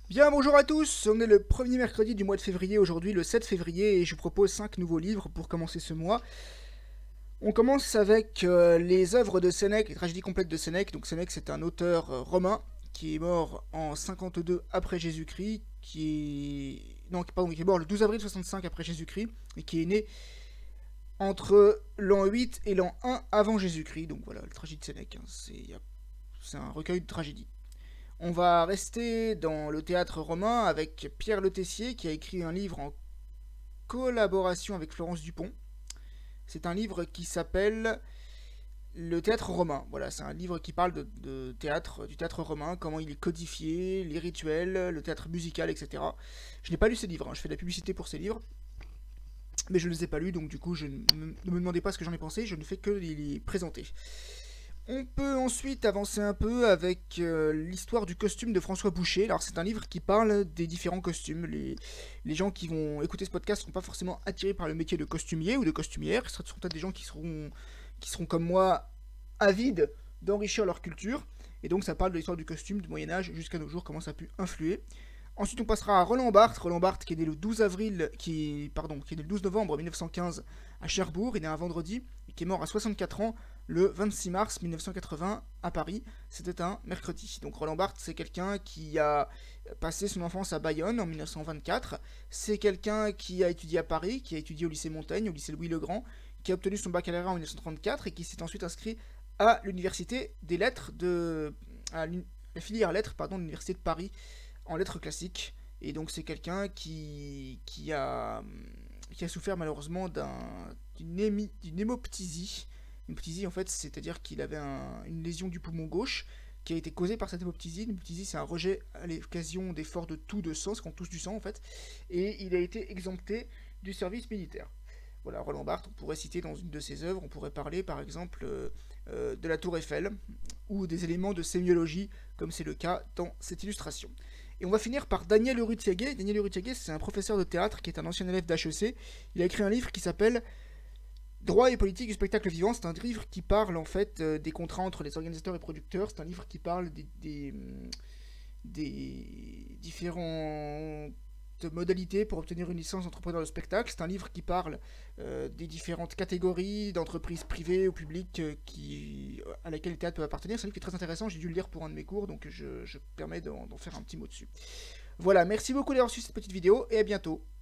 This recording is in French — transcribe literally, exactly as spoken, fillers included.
Bien, bonjour à tous, on est le premier mercredi du mois de février, aujourd'hui le sept février, et je vous propose cinq nouveaux livres pour commencer ce mois. On commence avec euh, les œuvres de Sénèque, les tragédies complètes de Sénèque. Donc Sénèque, c'est un auteur euh, romain qui est mort en cinquante-deux après Jésus-Christ, qui est... Non, pardon, qui est mort le douze avril soixante-cinq après Jésus-Christ, et qui est né entre l'an huit et l'an un avant Jésus-Christ. Donc voilà, le tragédie de Sénèque, hein, c'est c'est un recueil de tragédies. On va rester dans le théâtre romain avec Pierre Le Tessier qui a écrit un livre en collaboration avec Florence Dupont. C'est un livre qui s'appelle Le théâtre romain. Voilà, c'est un livre qui parle de, de théâtre, du théâtre romain, comment il est codifié, les rituels, le théâtre musical, et cetera. Je n'ai pas lu ces livres, hein, je fais de la publicité pour ces livres, mais je ne les ai pas lus, donc du coup, je ne, ne me demandez pas ce que j'en ai pensé, je ne fais que les présenter. On peut ensuite avancer un peu avec euh, l'histoire du costume de François Boucher. Alors c'est un livre qui parle des différents costumes. Les, les gens qui vont écouter ce podcast ne seront pas forcément attirés par le métier de costumier ou de costumière. Ce seront peut-être des gens qui seront, qui seront comme moi avides d'enrichir leur culture. Et donc ça parle de l'histoire du costume du Moyen-Âge jusqu'à nos jours, comment ça a pu influer. Ensuite, on passera à Roland Barthes. Roland Barthes qui est né le douze avril, qui, pardon, qui est né le douze novembre mille neuf cent quinze à Cherbourg. Il est né un vendredi et qui est mort à soixante-quatre ans le vingt-six mars mille neuf cent quatre-vingts à Paris. C'était un mercredi. Donc Roland Barthes, c'est quelqu'un qui a passé son enfance à Bayonne en mille neuf cent vingt-quatre. C'est quelqu'un qui a étudié à Paris, qui a étudié au lycée Montaigne, au lycée Louis-le-Grand, qui a obtenu son baccalauréat en mille neuf cent trente-quatre et qui s'est ensuite inscrit à l'université des lettres de, à la filière lettres, pardon, de l'université de Paris en lettres classiques. Et donc c'est quelqu'un qui, qui, a, qui a souffert malheureusement d'un, d'une, hémi, d'une hémoptysie. Une ptysie en fait, c'est-à-dire qu'il avait un, une lésion du poumon gauche qui a été causée par cette hémoptysie. Une hémoptysie, c'est un rejet à l'occasion d'efforts de toux de sang, c'est qu'on touche du sang en fait. Et il a été exempté du service militaire. Voilà, Roland Barthes, on pourrait citer dans une de ses œuvres, on pourrait parler par exemple euh, euh, de la Tour Eiffel ou des éléments de sémiologie, comme c'est le cas dans cette illustration. Et on va finir par Daniel Urutiague. Daniel Urutiague, c'est un professeur de théâtre qui est un ancien élève d'H E C. Il a écrit un livre qui s'appelle Droit et politique du spectacle vivant. C'est un livre qui parle en fait euh, des contrats entre les organisateurs et producteurs. C'est un livre qui parle des, des, des différentes modalités pour obtenir une licence d'entrepreneur de spectacle. C'est un livre qui parle euh, des différentes catégories d'entreprises privées ou publiques euh, qui, à laquelle les théâtres peuvent appartenir. C'est un livre qui est très intéressant, j'ai dû le lire pour un de mes cours, donc je, je permets d'en, d'en faire un petit mot dessus. Voilà, merci beaucoup d'avoir suivi cette petite vidéo et à bientôt.